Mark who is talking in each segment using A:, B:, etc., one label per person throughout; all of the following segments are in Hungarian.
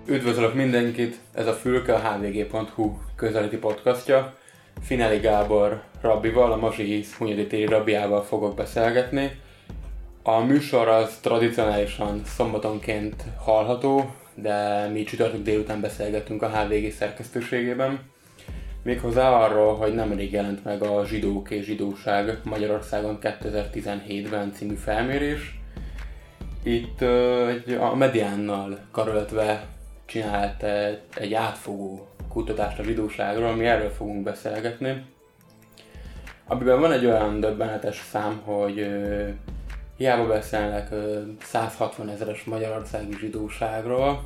A: Üdvözlök mindenkit, ez a Fülke, a hvg.hu közeleti podcastja. Fineli Gábor rabbival, a Mazsi Hisz Hunyadi téri rabbiával fogok beszélgetni. A műsor az tradicionálisan szombatonként hallható, de mi csütörtök délután beszélgetünk a HVG szerkesztőségében. Méghozzá arról, hogy nemrég jelent meg a Zsidók és zsidóság Magyarországon 2017-ben című felmérés. Itt a Mediánnal karöltve csinált egy átfogó kutatást a zsidóságról, mi erről fogunk beszélgetni. Amiben van egy olyan döbbenetes szám, hogy hiába beszélnek 160 000-es magyarországi zsidóságról,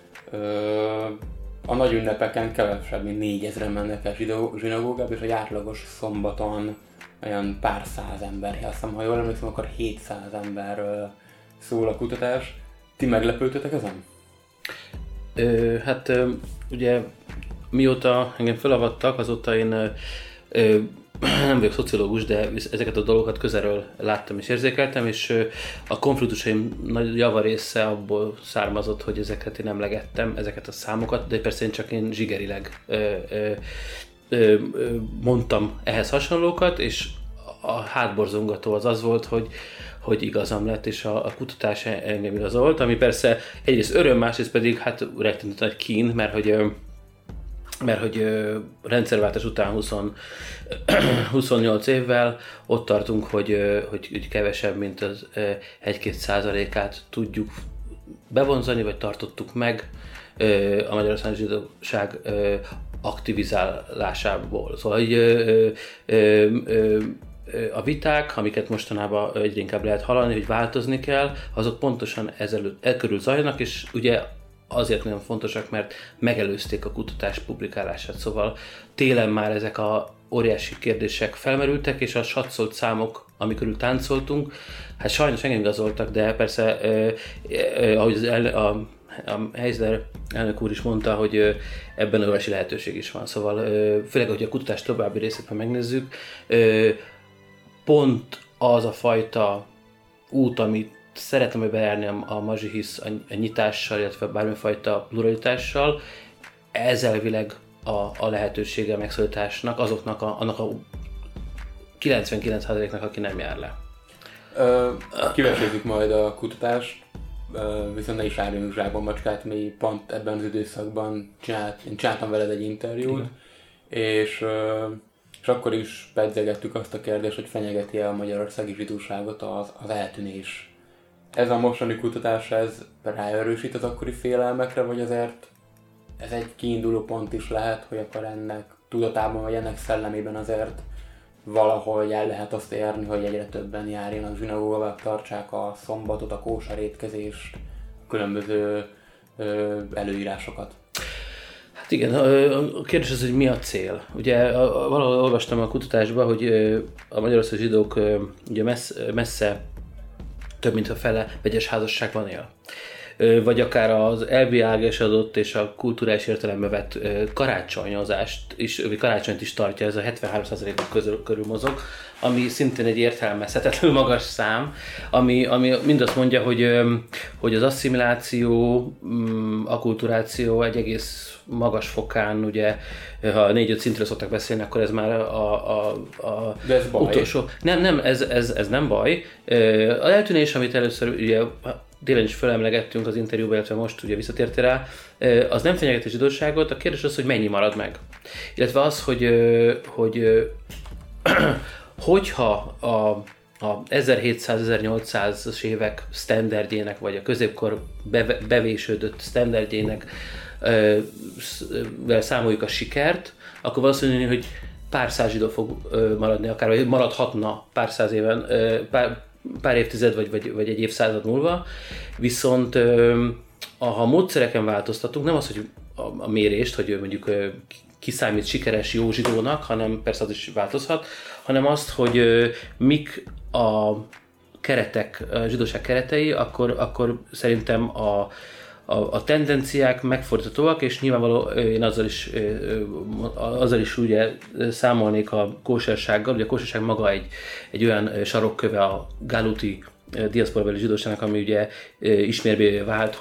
A: a nagy ünnepeken kevesebb, mint 4000-en mennek el zsinagógába, és egy átlagos szombaton olyan pár száz ember, hiszem, ha jól emlékszem, akkor 700 emberről szól a kutatás. Ti meglepődtetek ezen?
B: Ugye mióta engem felavattak, azóta én nem vagyok szociológus, de ezeket a dolgokat közelről láttam és érzékeltem, és a konfliktusaim nagy javarésze abból származott, hogy ezeket én emlegettem, ezeket a számokat, de persze én zsigerileg mondtam ehhez hasonlókat, és a hátborzongató az volt, hogy igazam lett, és a kutatás engem igazolt, ami persze egyrészt öröm, másrészt pedig rettentő nagy kín, mert hogy rendszerváltás után 28 évvel ott tartunk, hogy kevesebb, mint az 1-2%-át tudjuk bevonzani, vagy tartottuk meg a magyarországi zsidóság aktivizálásából. Szóval a viták, amiket mostanában egyre inkább lehet hallani, hogy változni kell, azok pontosan körül zajlanak, és ugye azért nagyon fontosak, mert megelőzték a kutatás publikálását. Szóval télen már ezek a óriási kérdések felmerültek, és a satszolt számok, amikörül táncoltunk, hát sajnos engem igazoltak, de persze, ahogy a Heisler elnök úr is mondta, hogy ebben óriási lehetőség is van. Szóval főleg, hogy a kutatás további részekben megnézzük, pont az a fajta út, amit szeretem bejárni a Mazsi Hisz a nyitással, illetve bármifajta pluralitással, ez elvileg a lehetősége megszólításnak annak a 99%-nak, aki nem jár le.
A: Kivesézzük majd a kutatást, viszont ne is árjunk zsákban macskát, mi pont ebben az időszakban csináltam veled egy interjút, és akkor is pedzegettük azt a kérdést, hogy fenyegeti a magyarországi zsidóságot az eltűnés. Ez a mostani kutatás, ez ráerősít az akkori félelmekre, vagy azért ez egy kiinduló pont is lehet, hogy akkor ennek tudatában, vagy ennek szellemében azért valahogy el lehet azt érni, hogy egyre többen járjanak zsinagógába, tartsák a szombatot, a kóser étkezést, különböző előírásokat.
B: Hát igen, a kérdés az, hogy mi a cél. Ugye valahol olvastam a kutatásban, hogy a magyarországi zsidók ugye messze több mint a fele vegyes házasságban él. Vagy akár az elvi ágasodott és a kulturális értelembe vett karácsonyozást is, vagy karácsonyt is tartja, ez a 73% körül mozog, ami szintén egy értelmezhetetlenül magas szám, ami mind azt mondja, hogy az asszimiláció, akulturáció egy egész magas fokán, ugye, ha 4-5 szintről szoktak beszélni, akkor ez már a
A: de ez baj.
B: Utolsó. Nem, ez nem baj. Az eltűnés, amit először ugye délen is felemlegettünk az interjúban, illetve most ugye visszatértél rá, az nem fenyegeti a zsidóságot, a kérdés az, hogy mennyi marad meg. Illetve az, hogyha a 1700-1800-as évek sztenderdjének, vagy a középkor bevésődött sztenderdjének számoljuk a sikert, akkor valószínűleg, hogy pár száz zsidó fog maradni, akár vagy maradhatna pár száz éven, pár évtized vagy egy évszázad múlva, viszont ha módszereken változtatunk, nem az, hogy a mérést, hogy mondjuk kiszámít sikeres jó zsidónak, hanem persze az is változhat, hanem azt, hogy mik a keretek, a zsidóság keretei, akkor szerintem a tendenciák megfordíthatóak, és nyilvánvaló én azzal is ugye számolnék a kósersággal. Ugye a kóserság maga egy olyan sarokköve a gáluti diaszporabeli zsidóságnak, ami ugye ismérbé vált, hogy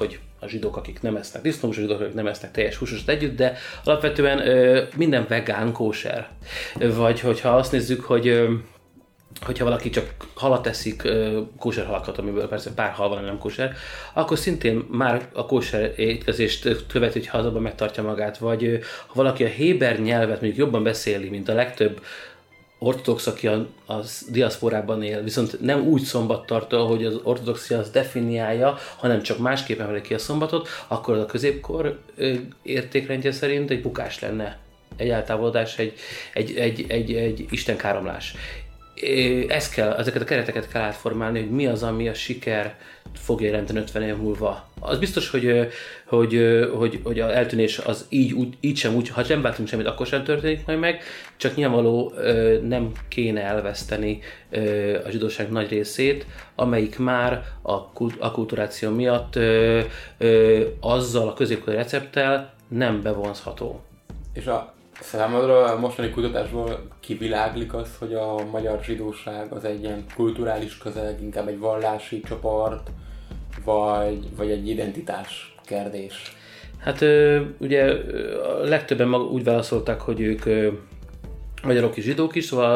B: a zsidók, akik nem esznek disznóhús, a zsidók, akik nem esznek teljes húsosat együtt, de alapvetően minden vegán kóser. Vagy hogyha azt nézzük, hogyha valaki csak halat eszik, kóser halakat, amiből persze pár hal van, nem kóser, akkor szintén már a kóser étkezést követi, hogyha azonban megtartja magát. Vagy ha valaki a héber nyelvet mondjuk jobban beszéli, mint a legtöbb ortodox, aki a diaszporában él, viszont nem úgy szombattartó, hogy az ortodoxia az definiálja, hanem csak másképpen vele ki a szombatot, akkor a középkor értékrendje szerint egy bukás lenne, egy eltávolodás, egy istenkáromlás. Ezeket a kereteket kell átformálni, hogy mi az, ami a siker fogja jelenteni 50 év múlva. Az biztos, hogy az eltűnés az így sem úgy, ha nem váltunk semmit, akkor sem történik majd meg, csak nyilvánvaló nem kéne elveszteni a zsidóság nagy részét, amelyik már a kulturáció miatt azzal a középkori recepttel nem bevonzható.
A: És számodra a mostani kutatásból kiviláglik az, hogy a magyar zsidóság az egy ilyen kulturális közeg, inkább egy vallási csoport, vagy egy identitás kérdés?
B: Hát ugye a legtöbben úgy válaszolták, hogy ők magyarok és zsidók is, szóval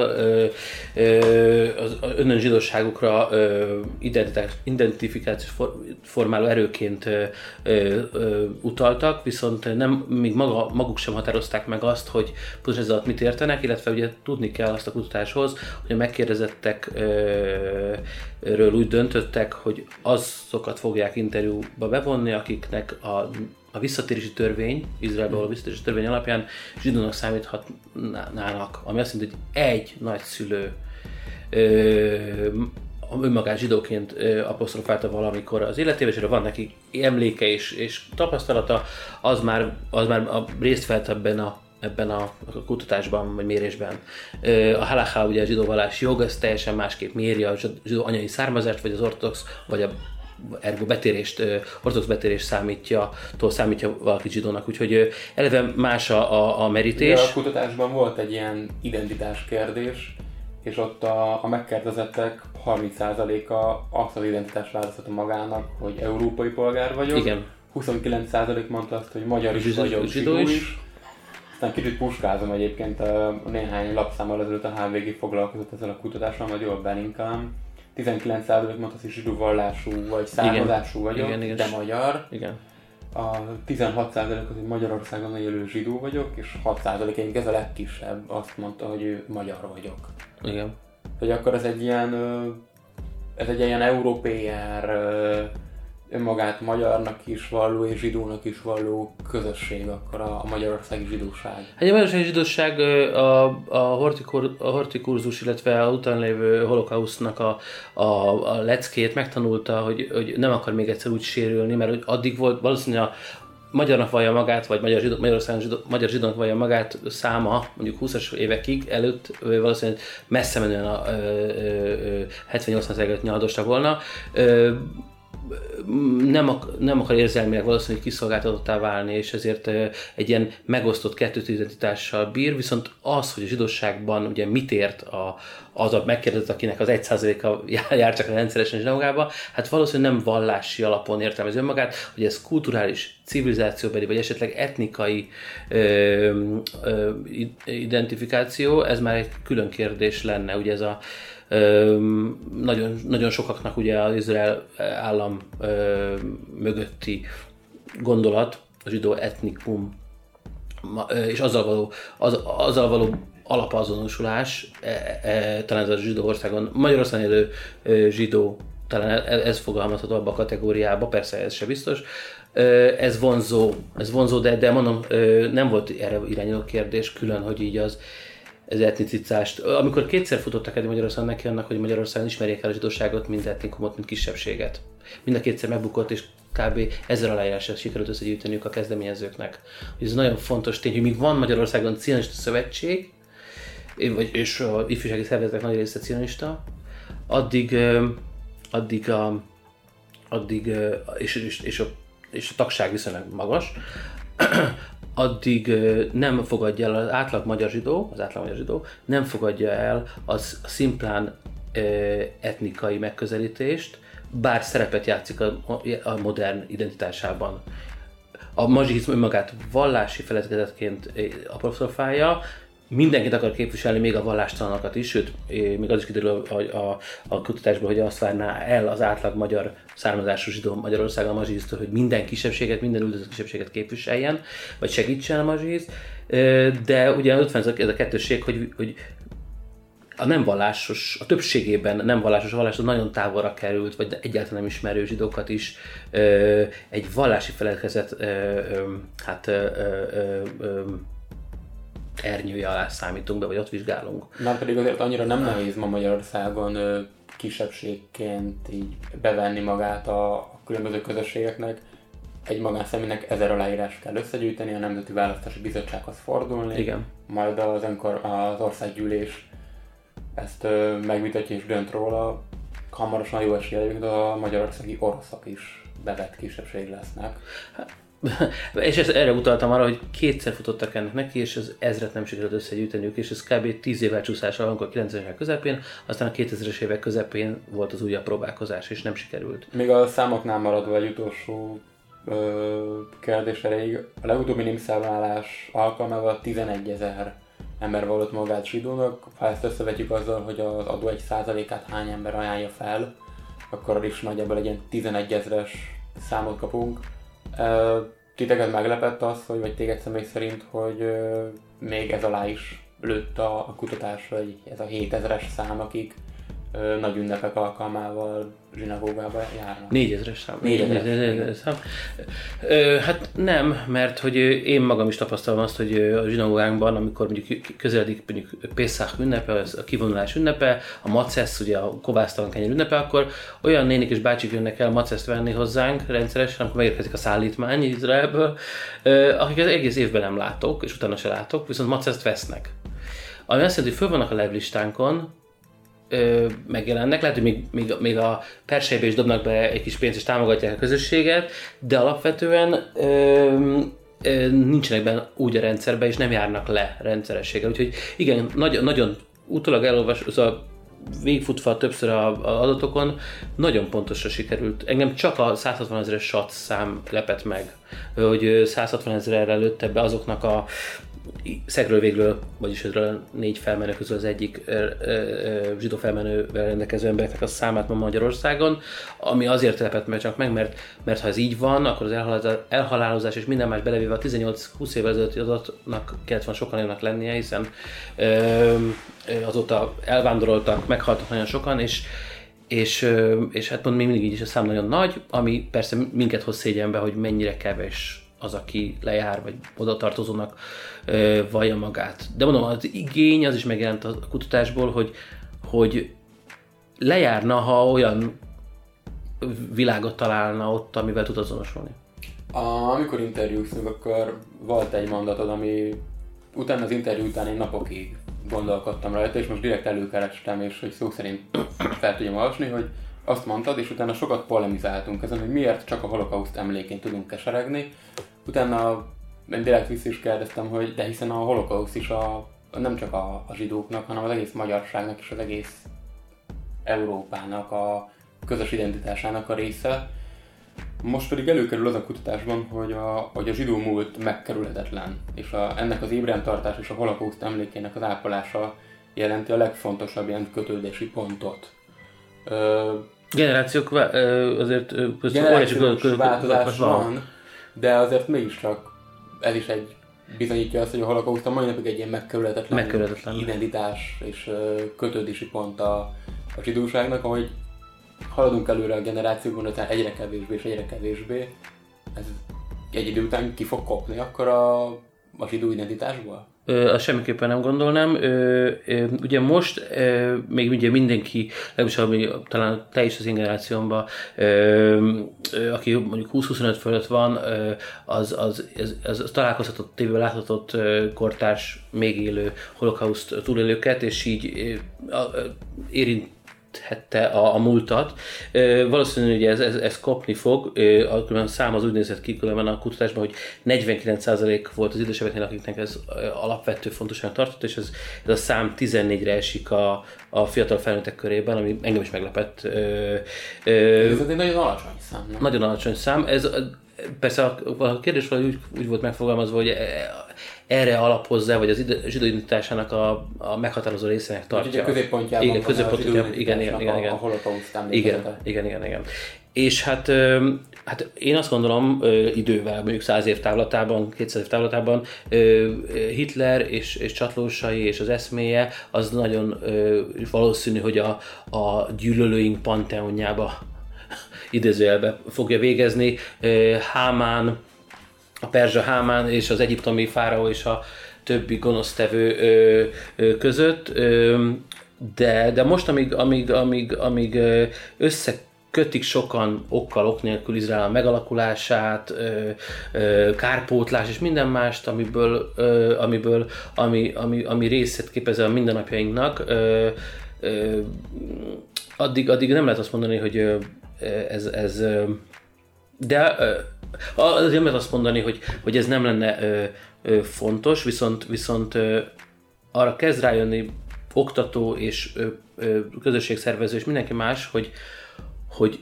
B: az önön zsidóságukra identifikációs formáló erőként utaltak, viszont még maguk sem határozták meg azt, hogy pontosan ez alatt mit értenek, illetve ugye tudni kell azt a kutatáshoz, hogy a megkérdezettekről úgy döntöttek, hogy azokat fogják interjúba bevonni, akiknek a visszatérési törvény, Izraelből a visszatérési törvény alapján zsidónak számíthatnának, ami azt jelenti, hogy egy nagyszülő önmagát zsidóként apostrofálta valamikor az életében, és erre van neki emléke és tapasztalata, az már a részt vett ebben a kutatásban vagy mérésben. A halakha, ugye a zsidó vallás jog, ez teljesen másképp méri a zsidó anyai származást, vagy az ortodox, vagy a ortodox betérést számítja valaki zsidónak, úgyhogy eleve más a merítés.
A: A kutatásban volt egy ilyen identitás kérdés, és ott a megkérdezettek 30%-a azt az identitást választotta magának, hogy európai polgár vagyok.
B: Igen.
A: 29% mondta azt, hogy magyar is vagyok, zsidó is. Aztán kicsit puskázom egyébként, néhány lapszámmal ezelőtt a HVG foglalkozott ezzel a kutatással, majd jól belinkelem. 19% mondta azt, hogy zsidó vallású vagy származású vagyok, igen, de magyar.
B: Igen.
A: A 16% az, hogy Magyarországon élő zsidó vagyok, és 6% ez a legkisebb, azt mondta, hogy ő magyar vagyok.
B: Igen.
A: Hogy akkor ez egy ilyen európér, önmagát magyarnak is valló és zsidónak is valló közösség, akkor a magyarországi zsidóság.
B: Hát a magyarországi zsidóság a hortikurzus, illetve a után lévő holokausztnak a leckét megtanulta, hogy nem akar még egyszer úgy sérülni, mert hogy addig volt valószínűleg a magyarnak vallja magát, vagy magyar zsidónak vallja magát száma, mondjuk 20-as évekig előtt valószínűleg messze menően a 70-80 előtt nyaladostak volna. Nem akar érzelmileg valószínűleg kiszolgáltatottá válni, és ezért egy ilyen megosztott kettős identitással bír, viszont az, hogy a zsidóságban ugye mit ért az a megkérdezett, akinek az 1%-a jár csak rendszeresen zsinagógába, hát valószínűleg nem vallási alapon értelmezi önmagát, hogy ez kulturális, civilizációbeli, vagy esetleg etnikai identifikáció, ez már egy külön kérdés lenne, ugye ez a nagyon, nagyon sokaknak ugye az Izrael állam mögötti gondolat, a zsidó etnikum, és azzal való alapazonosulás, talán ez a zsidó országon, Magyarországon élő zsidó, talán ez fogalmazható abba a kategóriába, persze ez se biztos, ez vonzó, de mondom, nem volt erre irányuló kérdés külön, hogy így az etnicitás. Amikor kétszer futottak eddig Magyarországon neki annak, hogy Magyarországon ismerjék el a zsidóságot, mint etnikumot, mint kisebbséget. Mind a kétszer megbukott, és kb. 1000 aláírásra sikerült összegyűjteniük a kezdeményezőknek. Ez nagyon fontos tény, hogy míg van Magyarországon cionista szövetség, és a ifjúsági szervezetek nagy része cionista, addig és a tagság viszonylag magas, addig nem fogadja el az átlag magyar zsidó nem fogadja el az szimplán etnikai megközelítést, bár szerepet játszik a modern identitásában. A mazsihizmus önmagát vallási felekezetként apostrofálja, mindenkit akar képviselni, még a vallástalanokat is, sőt, még az is kiderül a kutatásból, hogy azt várná el az átlag magyar származású zsidó Magyarországon a mazsihisztől, hogy minden kisebbséget, minden üldözött kisebbséget képviseljen, vagy segítsen a mazsihisz. De ugye ott van ez a kettősség, hogy a nem vallásos, a többségében nem vallásos, a vallás nagyon távolra került, vagy egyáltalán nem ismerő zsidókat is egy vallási felekezet ernyője alá számítunk be, vagy ott vizsgálunk.
A: Már pedig azért annyira nem nehéz ma Magyarországon kisebbségként így bevenni magát a különböző közösségeknek. Egy magánszemélynek 1000 aláírás kell összegyűjteni, a Nemzeti Választási Bizottsághoz fordulni,
B: igen.
A: Majd az országgyűlés ezt megvitatja és dönt róla. Hamarosan jó esélye, de a magyarországi oroszok is bevett kisebbség lesznek.
B: És erre utaltam arra, hogy kétszer futottak ennek neki, és az 1000-et nem sikerült összegyűjteniük, és ez kb. 10 évvel csúszással, amikor a 90-es évek közepén, aztán a 2000-es évek közepén volt az újabb próbálkozás, és nem sikerült.
A: Még a számoknál maradva egy utolsó kérdés erejéig, a legutóbbi népszámlálás alkalmával 11 000 ember vallott magát zsidónak. Ha ezt összevetjük azzal, hogy az adó 1%-át hány ember ajánlja fel, akkor is nagyjából egy ilyen 11 000-es számot kapunk. Titeket meglepett az, vagy téged személy szerint, hogy még ez alá is lőtt a kutatásra, ez a 7000-es szám, akik nagy ünnepek alkalmával zsinagógába járnak?
B: 4000-es szám.
A: 4000-es
B: szám. Hát nem, mert hogy én magam is tapasztalom azt, hogy a zsinagógánkban, amikor mondjuk közeledik mondjuk Pészach ünnepe, a kivonulás ünnepe, a macesz, ugye a kovásztalan kenyér ünnepe, akkor olyan nénik és bácsik jönnek el maceszt venni hozzánk rendszeresen, amikor megérkezik a szállítmány Izraelből, akiket egész évben nem látok, és utána se látok, viszont maceszt vesznek. Ami azt jelenti, hogy föl vannak a levlistánkon, megjelennek, lehet, hogy még a persejbe is dobnak be egy kis pénzt és támogatják a közösséget, de alapvetően nincsenek benne úgy a rendszerben, és nem járnak le rendszerességgel. Úgyhogy igen, nagyon utólag elolvasva, végigfutva többször az adatokon, nagyon pontosra sikerült. Engem csak a 160 000-es SAT szám lepett meg, hogy 160 000-re lőtte be azoknak a szegről végről, vagyis ezről 4 felmenő közül az egyik zsidó felmenővel rendelkező embereknek a számát ma Magyarországon, ami azért lepett meg csak meg, mert ha ez így van, akkor az elhalálozás és minden más belevéve a 18-20 évvel ezelőtti adatnak kellett volna sokan jönnek lennie, hiszen azóta elvándoroltak, meghaltak nagyon sokan, és hát pont még mindig így is a szám nagyon nagy, ami persze minket hoz szégyenbe, hogy mennyire kevés az, aki lejár, vagy oda tartozónak vallja magát. De mondom, az igény az is megjelent a kutatásból, hogy lejárna, ha olyan világot találna ott, amivel tud azonosulni.
A: Amikor interjúztunk, akkor volt egy mondatod, ami utána az interjú után én napokig gondolkodtam rajta, és most direkt előkerestem, és hogy szó szerint fel tudjam olvasni, hogy azt mondtad, és utána sokat polemizáltunk ezen, hogy miért csak a holokauszt emlékén tudunk keseregni. Utána én direkt vissza is kérdeztem, hogy de hiszen a holokauszt is nem csak a zsidóknak, hanem az egész magyarságnak és az egész Európának, a közös identitásának a része. Most pedig előkerül az a kutatásban, hogy a zsidó múlt megkerülhetetlen, és ennek az ébrentartás és a holokauszt emlékének az ápolása jelenti a legfontosabb ilyen kötődési pontot.
B: Generációk azért
A: generációs változás van, de azért mégiscsak ez is bizonyítja azt, hogy a holokauszt a mai napig egy ilyen megkerülhetetlen identitás és kötődési pont a zsidóságnak, ahogy haladunk előre a generációkban, aztán egyre kevésbé, ez egy idő után ki fog kopni akkor a zsidó identitásból?
B: Azt semmiképpen nem gondolnám. Ugye most még ugye mindenki, legalábbis talán te is az én generációmban, aki mondjuk 20-25 fölött van, az találkozhatott, tévében láthatott kortárs, még élő holokauszt túlélőket, és így érintett a múltat. Valószínűleg ugye ez kopni fog, a szám az úgy nézett ki különben a kutatásban, hogy 49% volt az idősebbeknél, akiknek ez alapvető fontosságnak tartott, és ez a szám 14-re esik a fiatal felnőttek körében, ami engem is meglepett.
A: Ez egy nagyon alacsony szám, nem?
B: Nagyon alacsony szám. Ez, persze a kérdés úgy volt megfogalmazva, hogy erre alapozza, vagy az zsidó identitásának a meghatározó részének tartja.
A: Úgyhogy a középpontjában
B: igen, középpontjában, igen.
A: a holokauszt emlékezete.
B: Igen. És hát én azt gondolom idővel, mondjuk 100 év távlatában, 200 év távlatában Hitler és csatlósai és az eszméje az nagyon valószínű, hogy a gyűlölőink panteonjába idézőjelbe fogja végezni. Hámán, a perzsa Hámán és az egyiptomi fáraó és a többi gonosztevő között, de most amíg összekötik sokan ok nélkül Izrael megalakulását, kárpótlás és minden mást, ami részét képezi a mindennapjainknak, addig nem lehet azt mondani, hogy ez de azért nem lehet azt mondani, hogy ez nem lenne fontos, viszont arra kezd rájönni oktató és közösségszervező és mindenki más, hogy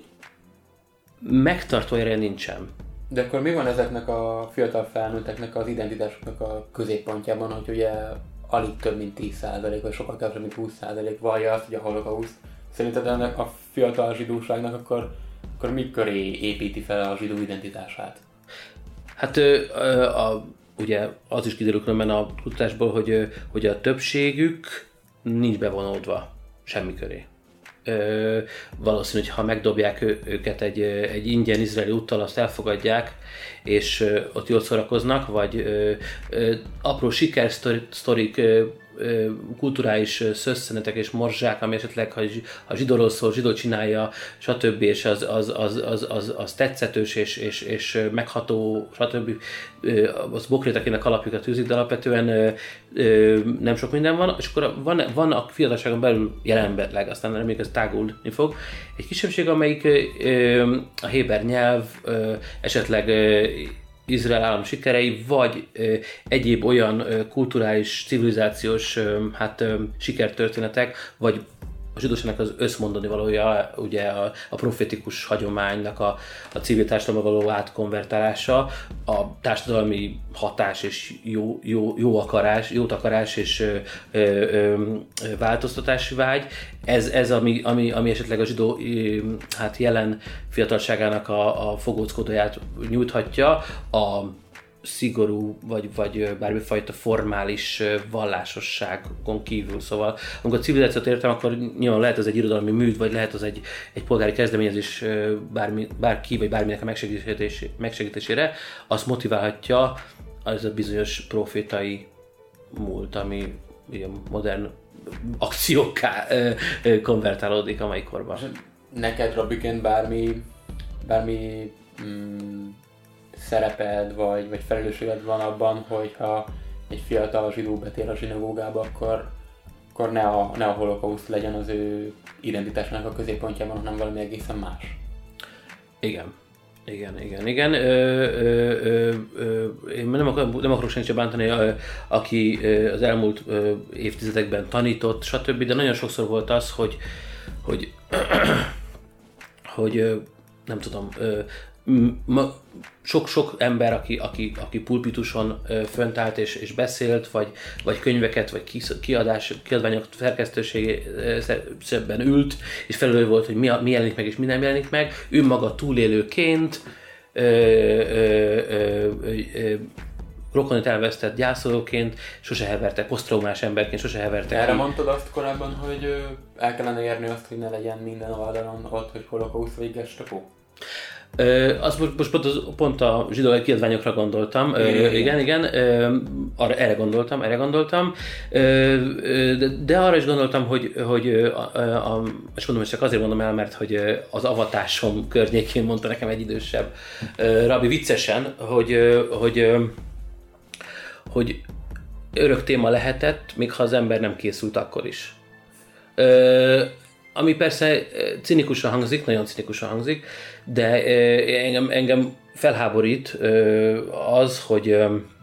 B: megtartó ereje nincsen.
A: De akkor mi van ezeknek a fiatal felnőtteknek az identitásoknak a középpontjában, hogy ugye alig több mint 10% vagy sokkal kevesebb mint 20% vallja azt, hogy a holokauszt. Szerinted ennek a fiatal zsidóságnak akkor mi köré építi fel a zsidó identitását?
B: Hát ugye az is kiderül különben a kutatásból, hogy a többségük nincs bevonódva semmi köré. Valószínű, hogy ha megdobják őket egy ingyen izraeli úttal, azt elfogadják, és ott jól szórakoznak, vagy apró sikersztorik, kulturális szösszenetek és morzsák, ami esetleg, ha zsidóról szól, zsidó csinálja, stb. És az tetszetős és megható, stb. Az bokrétekének alapjukat tűzik, de alapvetően nem sok minden van, és akkor van a fiatalságon belül jelenleg, aztán reméljük ez tágulni fog. Egy kisebbség, amelyik a héber nyelv, esetleg Izrael állam sikerei, vagy egyéb olyan kulturális, civilizációs sikertörténetek, vagy a zsidóságnak az összmondani valója, ugye a profetikus hagyománynak a civil társadalomba való átkonvertálása, a társadalmi hatás és jót akarás és változtatási vágy. Ez ami esetleg a zsidó jelen fiatalságának a fogóckodóját nyújthatja, a szigorú, vagy bármifajta formális vallásosságon kívül. Szóval, amikor a civilizációt értem, akkor nyilván lehet ez egy irodalmi mű, vagy lehet az egy polgári kezdeményezés bárki, vagy bárminek a megsegítésére, azt motiválhatja az a bizonyos profétai múlt, ami ilyen modern akciókká konvertálódik a mai korban.
A: Neked, Rabbiként bármi szereped, vagy felelősséged van abban, hogyha egy fiatal zsidó betér a zsinagógába, akkor ne a holokauszt legyen az ő identitásának a középpontjában, hanem valami egészen más.
B: Igen. Én nem akarok senkit bántani, aki az elmúlt évtizedekben tanított, stb., de nagyon sokszor volt az, hogy nem tudom, sok ember, aki pulpituson fönt állt és beszélt, vagy könyveket, vagy kiadványok szerkesztőségében ült, és felelő volt, hogy mi jelenik meg és mi nem jelenik meg. Ő maga túlélőként, rokonit elvesztett gyászolóként, sose heverte, posztraumás emberként, sose heverte.
A: Erre mondtad azt korábban, hogy el kellene érni azt, hogy ne legyen minden oldalon ott, hogy holokauszt vagy gestapo?
B: Azt most pont a zsidó kiadványokra gondoltam. Igen. Erre gondoltam. De arra is gondoltam, hogy és mondom, hogy csak azért mondom el, mert hogy az avatásom környékén mondta nekem egy idősebb rabbi viccesen, hogy örök téma lehetett, még ha az ember nem készült akkor is. ami persze cinikusan hangzik, nagyon cinikusan hangzik, de engem felháborít az, hogy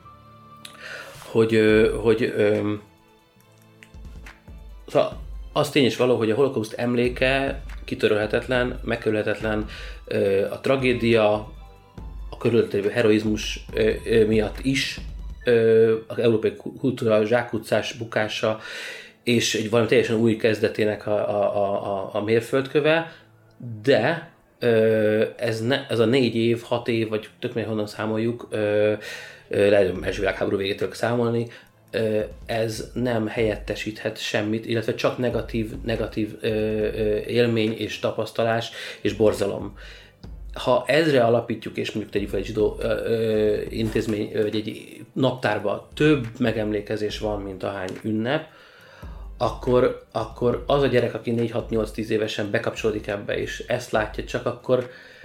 B: szóval az tény is való, hogy a holokauszt emléke kitörölhetetlen, megkerülhetetlen, a tragédia, a körülöttevő heroizmus miatt is, az európai kultúra zsákutcás bukása, és egy valami teljesen új kezdetének a mérföldköve, de ez a 4 év, 6 év, vagy tök meg honnan számoljuk, lehet, hogy első világháború végétől számolni, ez nem helyettesíthet semmit, illetve csak negatív élmény és tapasztalás és borzalom. Ha ezre alapítjuk, és mondjuk tegyük fel egy zsidó intézmény, vagy egy naptárban több megemlékezés van, mint ahány ünnep, akkor az a gyerek, aki 4-6-8-10 évesen bekapcsolódik ebbe, és ezt látja, csak akkor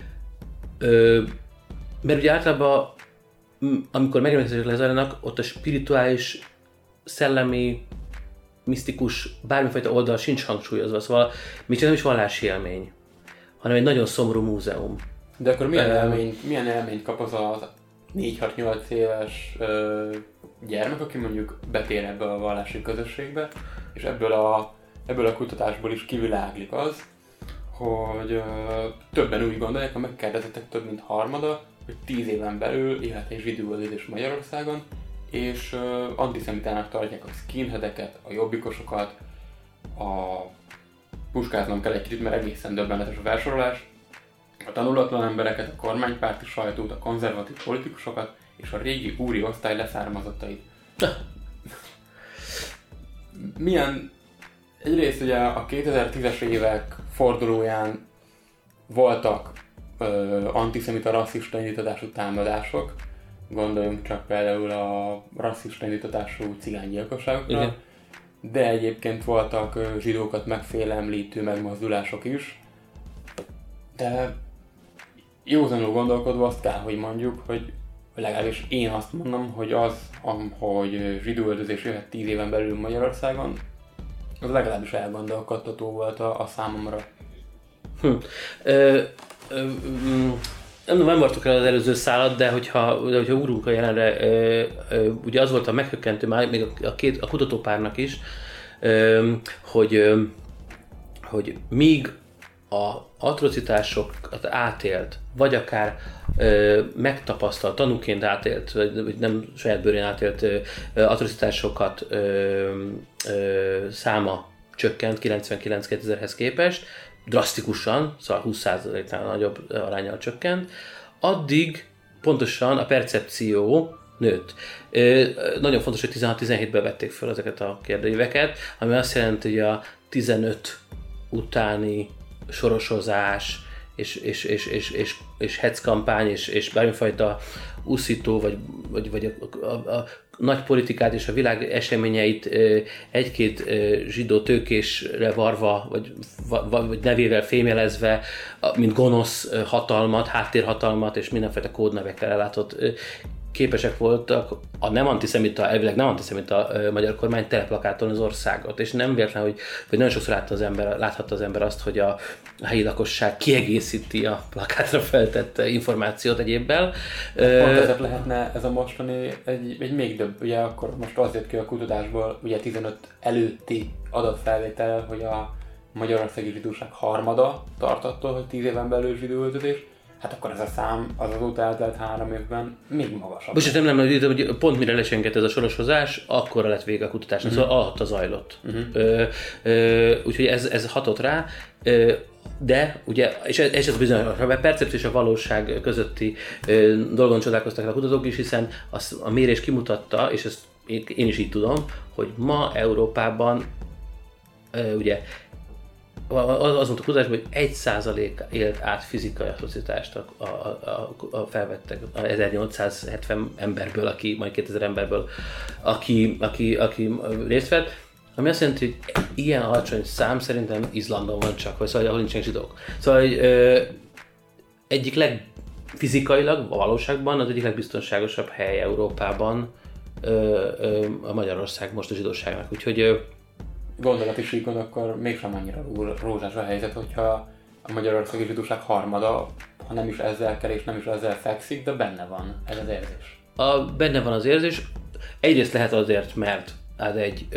B: mert ugye általában amikor megemlékezések lezajlanak, ott a spirituális, szellemi, misztikus, bármifajta oldal sincs hangsúlyozva, szóval még csak nem is vallási élmény, hanem egy nagyon szomorú múzeum.
A: De akkor milyen élményt kap az a 4-6-8 éves gyermek, aki mondjuk betér ebbe a vallási közösségbe, és ebből a kutatásból is kiviláglik az, hogy többen úgy gondolják, a megkérdezettek több mint harmada, hogy 10 éven belül élet egy zsidóüldözés Magyarországon, és antiszemitának tartják a skinheadeket, a jobbikosokat, puskáznom kell egy kicsit, mert egészen döbbenetes a felsorolás, a tanulatlan embereket, a kormánypárti sajtót, a konzervatív politikusokat és a régi úri osztály leszármazottait. Milyen... Egyrészt ugye a 2010-es évek fordulóján voltak antiszemita, rasszista indítatású támadások. Gondoljunk csak például a rasszista indítatású cigánygyilkosságokra. Igen. De egyébként voltak zsidókat megfélemlítő megmozdulások is. De józanul gondolkodva azt kell, hogy mondjuk, hogy legalábbis én azt mondom, hogy hogy zsidóüldözés jöhet 10 éven belül Magyarországon, az legalábbis elgondolkodtató volt a számomra.
B: Nem vartuk el az előző szálat, de hogyha ugrunk a jelenre, ugye az volt a meghökkentő már még a kutatópárnak is, hogy míg a atrocitásokat átélt, vagy akár megtapasztalt, tanúként átélt, vagy nem saját bőrén átélt atrocitásokat száma csökkent 99-2000-hez képest, drasztikusan, szóval 20%-nál nagyobb aránnyal csökkent, addig pontosan a percepció nőtt. Nagyon fontos, hogy 16-17-ben vették fel ezeket a kérdőíveket, ami azt jelenti, hogy a 15 utáni sorosozás és hetzkampány és bármifajta úszító vagy a nagy politikát és a világ eseményeit egy-két zsidó tőkésre varva, vagy nevével fémjelezve, mint gonosz hatalmat, háttérhatalmat és mindenfajta kódnevekkel ellátott képesek voltak a elvileg nem antiszemita magyar kormány teleplakátolni az országot. És nem véletlen, hogy nagyon sokszor láthatta az ember azt, hogy a helyi lakosság kiegészíti a plakátra feltett információt egyébbel.
A: Pont ezért lehetne ez a mostani egy még több, ugye akkor most az jött ki a kutatásból, ugye 15 előtti adatfelvétel, hogy a magyarországi zsidóság harmada tart attól, hogy 10 éven belül zsidóüldözés. Hát akkor ez a szám az azóta eltelt 3 évben még magasabb.
B: Most nem hogy pont mire lecsengett ez a sorosozás, akkorra lett vége a kutatásnak, szóval alatta zajlott. Úgyhogy ez hatott rá, de ugye, és ez bizony, a percepció és a valóság közötti dolgon csodálkoztak a kutatók is, hiszen a mérés kimutatta, és ezt én is így tudom, hogy ma Európában ugye az volt a kutatásban, hogy 1% élt át fizikai atrocitást a felvettek, a 1870 emberből, majd 2000 emberből, aki részt vett, ami azt jelenti, hogy ilyen alacsony szám szerintem Izlandon van csak, vagy szóval ahol nincsenek zsidók. Szóval egyik fizikailag, a valóságban az egyik legbiztonságosabb hely Európában a Magyarország most a zsidóságnak. Úgyhogy
A: gondolati síkon akkor mégsem annyira rózsás a helyzet, hogyha a magyarországi zsidóság harmada, ha nem is ezzel kell és nem is ezzel fekszik, de benne van ez az érzés.
B: Benne van az érzés. Egyrészt lehet azért, mert az egy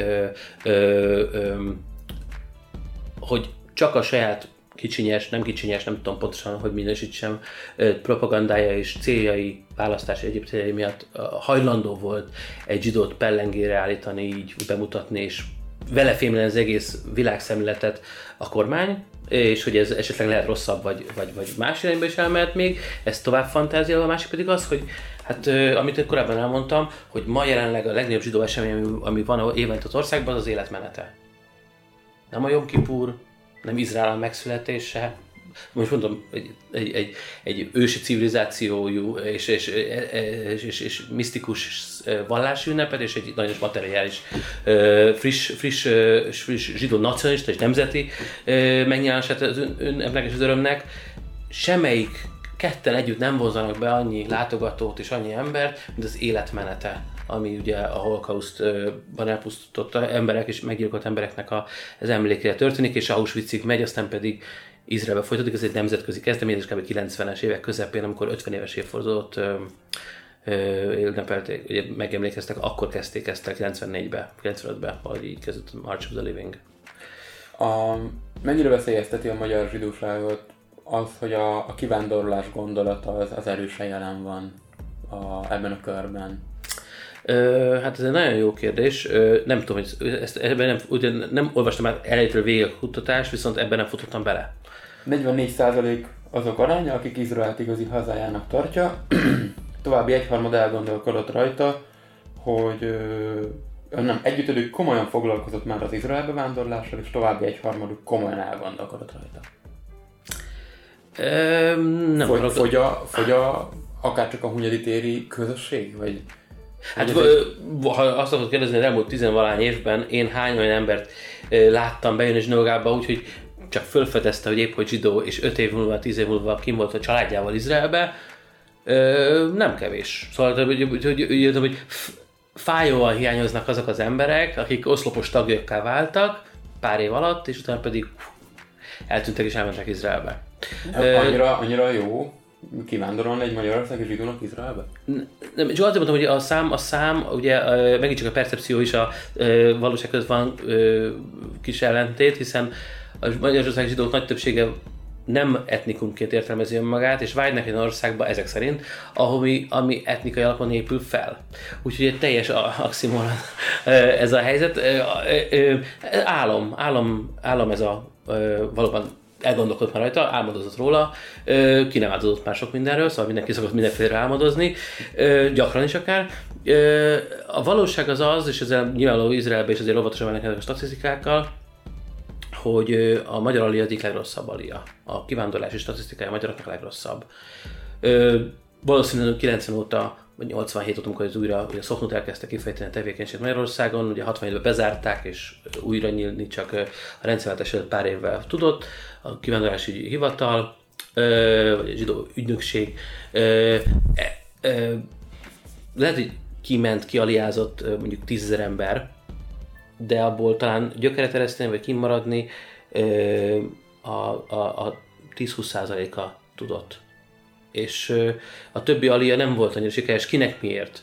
B: hogy csak a saját kicsinyes, nem tudom pontosan, hogy minősítsem, propagandája és céljai, választási egyéb céljai miatt hajlandó volt egy zsidót pellengére állítani, így bemutatni, és vele fémleni az egész világszemléletet a kormány, és hogy ez esetleg lehet rosszabb, vagy más irányba is elmehet még, ez tovább fantáziálva, a másik pedig az, hogy hát amit korábban elmondtam, hogy ma jelenleg a legnagyobb zsidó esemény, ami van évente az országban, az az életmenete. Nem a Jom Kipur, nem Izrael megszületése, most mondom, egy ősi civilizációjú és misztikus vallási ünnepet, és egy nagyon materiális, friss zsidó nacionalista és nemzeti megnyilvánulását az ünnepnek és az örömnek. Semmelyik ketten együtt nem vonzanak be annyi látogatót és annyi embert, mint az életmenete, ami ugye a holokausztban elpusztított emberek és meggyilkolt embereknek az emlékére történik, és Auschwitzig megy, aztán pedig Izraelbe folytatódik. Ez egy nemzetközi kezdeményezés, kb. 90-es évek közepén, amikor 50 éves évfordulót ünnepelték, ugye megemlékeztek, akkor kezdték ezt el 94-be, 95-be, ahogy így kezdett March of the Living.
A: Mennyire veszélyezteti a magyar zsidóságot az, hogy a kivándorlás gondolata az erősen jelen van ebben a körben?
B: Hát ez egy nagyon jó kérdés. Nem tudom, hogy ebben nem olvastam már elejétől végig a kutatást, viszont ebben nem futottam bele.
A: 44% azok aránya, akik Izraelt igazi hazájának tartja. További egyharmad elgondolkodott rajta, hogy együttedük komolyan foglalkozott már az Izraelbe vándorlással, és további egyharmaduk komolyan elgondolkodott rajta. Fogy akárcsak a hunyadi téri közösség? Vagy
B: hát ha azt akarod kérdezni, hogy elmúlt 10-valahány évben én hány olyan embert láttam bejönni zsinagógába, úgyhogy csak felfedezte, hogy épp hogy zsidó, és 5 év múlva, 10 év múlva kim volt a családjával Izraelbe, nem kevés. Szóval, hogy fájóan hiányoznak azok az emberek, akik oszlopos tagjökká váltak pár év alatt, és utána pedig eltűntek és elmentek Izraelbe.
A: Annyira jó kivándorolni egy magyarországi zsidónak Izraelbe?
B: Nem, csak azért mondtam, hogy a szám, ugye megint csak a percepció is a valóság között van kis ellentét, hiszen a magyarországi zsidók nagy többsége nem etnikumként értelmezi önmagát, és vágynak egy országba ezek szerint, ami etnikai alapon épül fel. Úgyhogy egy teljes oxymoron ez a helyzet. Álom ez a valóban elgondolkodott már rajta, álmodozott róla, ki nem álmodozott már sok mindenről, szóval mindenki szokott mindenféle álmodozni, gyakran is akár. A valóság az, és ezzel nyilvánvaló Izraelbe is azért óvatosan mennek ezek a statisztikákkal, hogy a magyar alia egyik legrosszabb alia. A kivándorlási statisztikája a magyaroknak a legrosszabb. Valószínűleg 90 óta, vagy 87 óta, amikor újra a Szoknut elkezdte kifejteni a tevékenységet Magyarországon, ugye 67-ben bezárták, és újra nyílni csak a rendszerváltás előtt pár évvel tudott, a kivándorlási hivatal, vagy a zsidó ügynökség. Lehet, hogy kialiázott mondjuk 10 000 ember, de abból talán gyökeret ereszteni, vagy kimaradni a 10-20%-a tudott. És a többi alia nem volt annyira sikeres, kinek miért.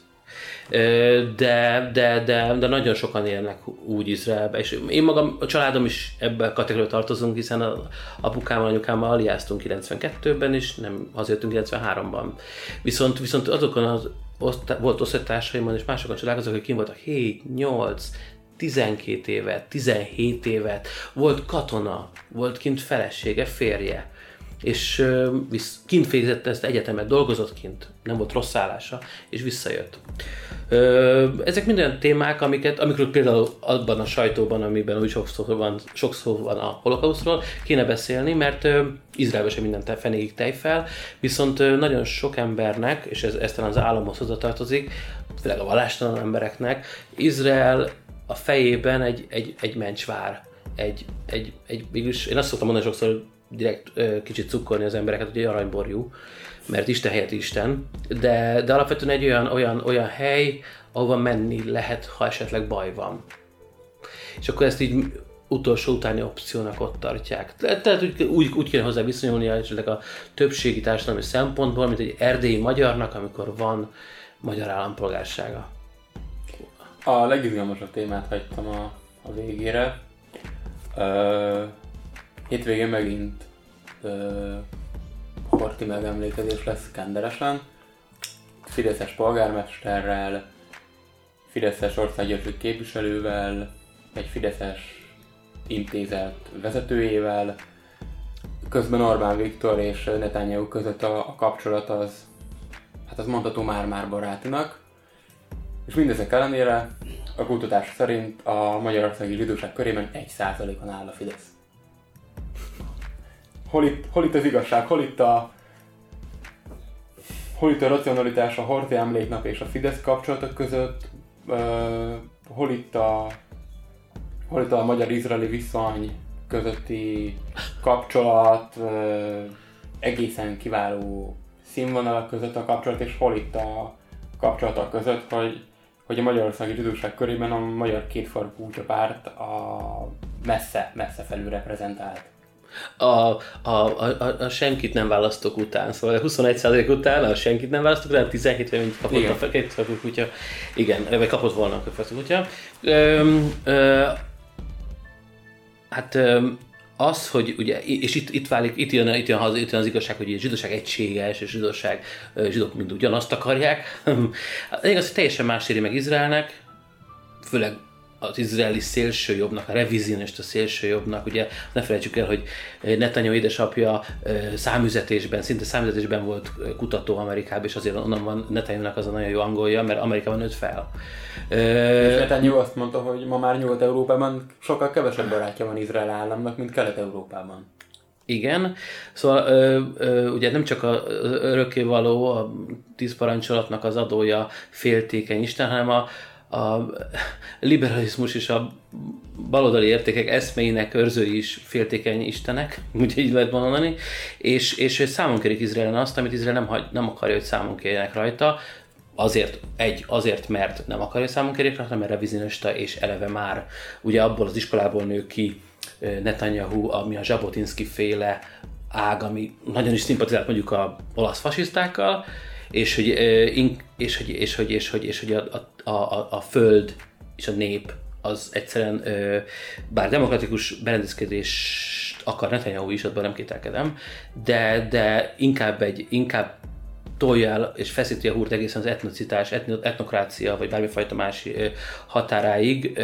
B: De nagyon sokan élnek úgy Izraelbe, és én magam, a családom is ebben a kategóriába tartozunk, hiszen az apukámmal, anyukámmal aliáztunk 92-ben is, nem hazajöttünk 93-ban. Viszont azokon volt osztálytársaimmal és másokon csodálkozok, hogy kim voltak 7, 8, 12 évet, 17 évet, volt katona, volt kint felesége, férje, és kint végzett ezt egyetemet, dolgozott kint, nem volt rossz állása, és visszajött. Ezek mind olyan témák, amikről például abban a sajtóban, amiben úgy sok szó van a holokausztról, kéne beszélni, mert Izraelben sem minden fenéig tejfel, viszont nagyon sok embernek, és ez talán az államhoz hozzátartozik, főleg a vallástalan embereknek, Izrael a fejében egy mencsvár. Mégis én azt szoktam mondani sokszor, direkt kicsit cukkolni az embereket, hogy egy aranyborjú, mert Isten helyett Isten, de alapvetően egy olyan hely, ahova menni lehet, ha esetleg baj van. és akkor ezt így utolsó utáni opciónak ott tartják. Tehát úgy kéne hozzá viszonyulni esetleg a többségi társadalmi szempontból, mint egy erdélyi magyarnak, amikor van magyar állampolgársága.
A: A legizgalmasabb témát hagytam a végére. Hétvégén megint Horthy megemlékezés lesz Kenderesen. Fideszes polgármesterrel, Fideszes országgyűlési képviselővel, egy Fideszes intézet vezetőjével. Közben Orbán Viktor és Netanyahu között a kapcsolat az mondható már barátinak. És mindezek ellenére a kutatás szerint a magyarországi zsidóság körében 1%-on áll a Fidesz. Hol itt az igazság, hol itt a racionalitás a Horthy emléknap és a Fidesz kapcsolatok között, hol itt a magyar-izraeli viszony közötti kapcsolat, egészen kiváló színvonalak között a kapcsolat, és hol itt a kapcsolatok között, hogy a magyarországi zsidóság körében a magyar kétfarkú kutyapárt a messze felül reprezentált.
B: A senkit nem választok után, szóval 21% után a senkit nem választok után, 17 mint kapott igen. A kétfarkú kutya. Igen, vagy kapott volna a kétfarkú kutya. Az, hogy ugye, és itt jön az igazság, hogy a zsidóság egységes, és zsidók mind ugyanazt akarják. Az, hogy teljesen más éri meg Izraelnek, főleg az izraeli szélsőjobbnak, a revizionista szélsőjobbnak, ugye ne felejtsük el, hogy Netanyahu édesapja szinte számüzetésben volt kutató Amerikában, és azért onnan van Netanyahu-nak az a nagyon jó angolja, mert Amerikában nőtt fel.
A: És Netanyahu azt mondta, hogy ma már Nyugat-Európában sokkal kevesebb barátja van Izrael államnak, mint Kelet-Európában.
B: Igen, szóval ugye nem csak az örökkévaló, a 10 parancsolatnak az adója féltékeny Isten, hanem a liberalizmus és a baloldali értékek eszméinek őrzői is féltékeny istenek, úgy így lehet mondani, és számon kérik Izraelen azt, amit Izrael nem akarja, hogy számon kérjenek rajta, azért, mert nem akarja, hogy számon kérjék rajta, mert revizionista és eleve már ugye abból az iskolából nő ki Netanyahu, ami a Zsabotinszky féle ág, ami nagyon is szimpatizált mondjuk a olasz fasisztákkal, és hogy a föld és a nép az egyszerűen, bár demokratikus berendezkedést akar Netanyahu is, abban nem kételkedem, de inkább tolja el és feszíti a húrt egészen az etnicitás, etnokrácia, vagy bármifajta más határáig,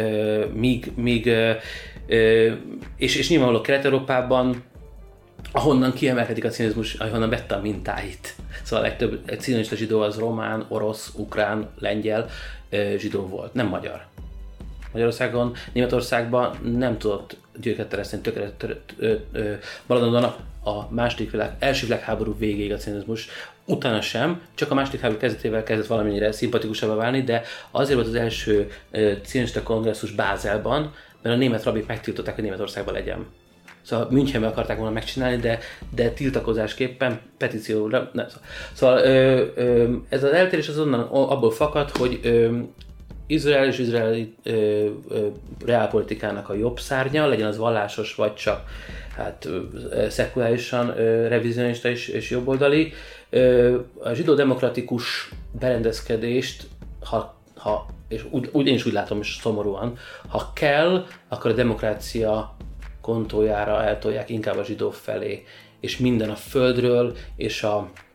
B: és nyilvánvaló Kelet-Európában, ahonnan kiemelkedik a cionizmus, ahonnan vette a mintáit. Szóval a legtöbb cionista zsidó az román, orosz, ukrán, lengyel zsidó volt, nem magyar. Magyarországon, Németországban nem tudott győket tereszteni maradandóan a első világháború végéig a cionizmus, utána sem, csak a második háború kezdetével kezdett valamennyire szimpatikusabbá válni, de azért volt az első cionista kongresszus Bázelban, mert a német rabbik megtiltották, hogy Németországban legyen. Szóval Münchenben akarták volna megcsinálni, de tiltakozásképpen petícióra nem. Szóval ez az eltérés az onnan abból fakad, hogy Izrael és izraeli reálpolitikának a jobb szárnya, legyen az vallásos, vagy csak szekulárisan revizionista és jobboldali. A zsidó demokratikus berendezkedést, és én is úgy látom, és szomorúan, ha kell, akkor a demokrácia kontójára eltolják inkább a zsidó felé, és minden a földről, és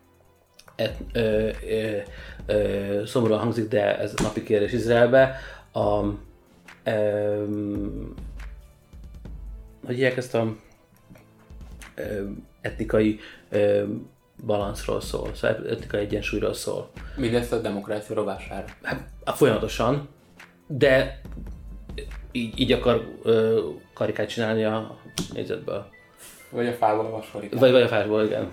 B: szomorúan hangzik, de ez napi kérdés Izraelbe, hogy hívják ezt a etnikai balanszról szól, szóval etnikai egyensúlyról szól.
A: Mindezt a demokrácia rovására.
B: Folyamatosan, de így akar karikát csinálni a négyzetből.
A: Vagy a fából a vaskarikát.
B: Vagy a fából, igen.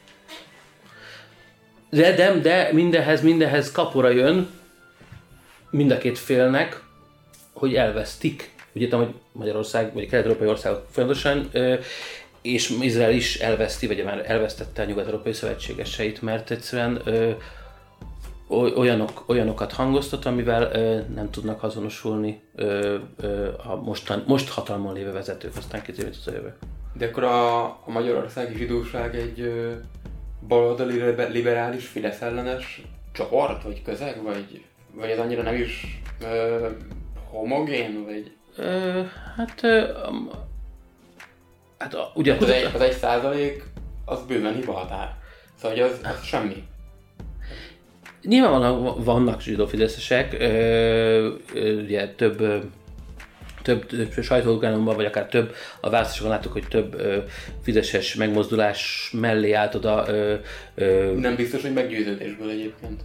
B: De mindenhez kapora jön mind a két félnek, hogy elvesztik. Úgy értem, hogy Magyarország, vagy kelet-európai országok folyamatosan, és Izrael is elveszti, vagy már elvesztette a nyugat-európai szövetségeseit, mert egyszerűen olyanokat hangoztat, amivel nem tudnak azonosulni a most hatalmon lévő vezetők, aztán kiderült az a jövő.
A: De akkor a magyarországi zsidóság egy baloldali liberális, Fidesz ellenes csoport, vagy közeg, vagy ez annyira nem is homogén, vagy?
B: Ugye
A: az 1% az bőven hibahatár. Szóval az semmi.
B: Nyilvánvalóan vannak zsidó-fideszesek, ugye több sajtóorgánumban, vagy akár több, a választásokon láttuk, hogy több fideszes megmozdulás mellé állt oda.
A: Nem biztos, hogy meggyőződésből egyébként.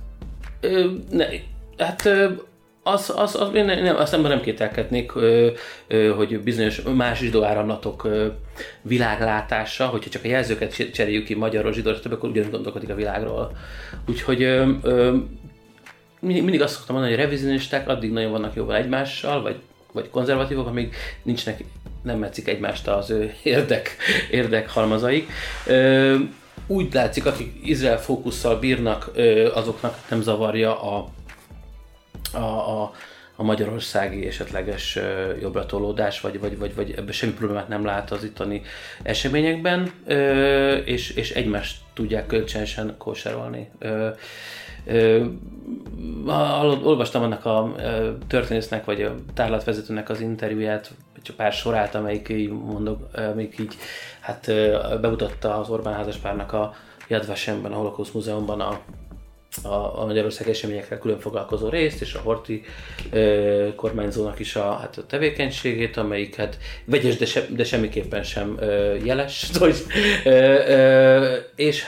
B: Azt nem kételkednék, hogy bizonyos más zsidó áramlatok világlátása, hogyha csak a jelzőket cseréljük ki magyarról, zsidóra, több, akkor ugyanúgy gondolkodik a világról. Úgyhogy mindig azt szoktam mondani, hogy a revizionisták addig nagyon vannak jóval egymással, vagy konzervatívok, amíg nem metszik egymást az ő érdekhalmazaik. Úgy látszik, akik Izrael fókusszal bírnak, azoknak nem zavarja a magyarországi esetleges jobbratolódás, vagy ebben semmi problémát nem lát az itteni eseményekben, és egymást tudják kölcsönösen kóserolni. Olvastam annak a történésznek, vagy a tárlatvezetőnek az interjúját, csak pár sorát, amelyik így bemutatta az Orbán házaspárnak a Yad Vashemben, a Holocaust Múzeumban a Magyarország eseményekkel külön foglalkozó részt, és a Horthy kormányzónak is a tevékenységét, amelyik vegyes, de semmiképpen sem jeles. És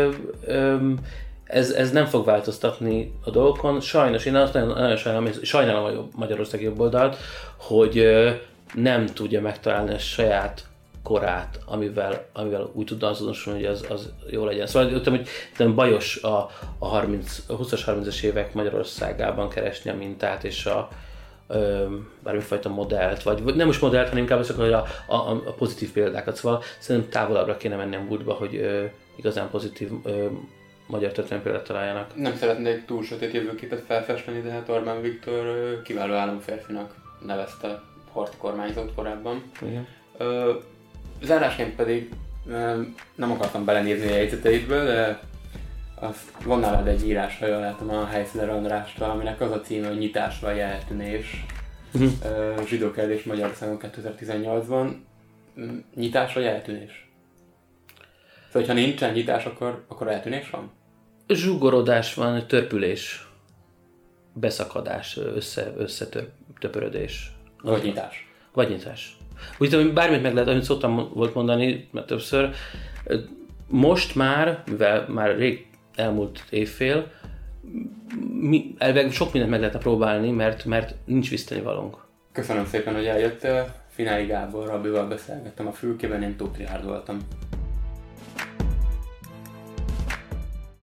B: ez nem fog változtatni a dolgokon. Sajnos, én azt nagyon sajnálom a Magyarország jobboldalt, hogy nem tudja megtalálni a saját korát, amivel úgy tudna azonosulni, hogy az jó legyen. Szóval hogy bajos a 20-as, 30-as évek Magyarországában keresni a mintát és bármifajta modellt, vagy nem most modellt, hanem inkább csak a pozitív példákat. Szóval szerintem távolabbra kéne menni a múltba, hogy igazán pozitív magyar történelmi példát találjanak.
A: Nem szeretnék túl sötét jövőképet felfesteni, de hát Orbán Viktor kiváló államférfinak nevezte Horthy kormányzót korábban.
B: Igen.
A: Zárásként pedig nem akartam belenézni a jegyzeteidből, de van nálad egy írás, ha jól látom, a Heiszler Andrástól, aminek az a címe, hogy Nyitás vagy eltűnés. Zsidókerülés Magyarországon 2018-ban. Nyitás vagy eltűnés? Szóval, ha nincsen nyitás, akkor eltűnés van?
B: Zsugorodás van, törpülés, beszakadás, összetöpörödés.
A: Vagy nyitás.
B: Vagy nyitás. Úgy tudom, bármit meg lehet, amit szoktam volt mondani, mert többször, most már, mivel már rég elmúlt évfél, elvileg sok mindent meg lehetne próbálni, mert nincs visszatenivalónk.
A: Köszönöm szépen, hogy eljöttél. Finály Gábor Rabbival beszélgettem a Fülkében, én Tóth Rihárd voltam.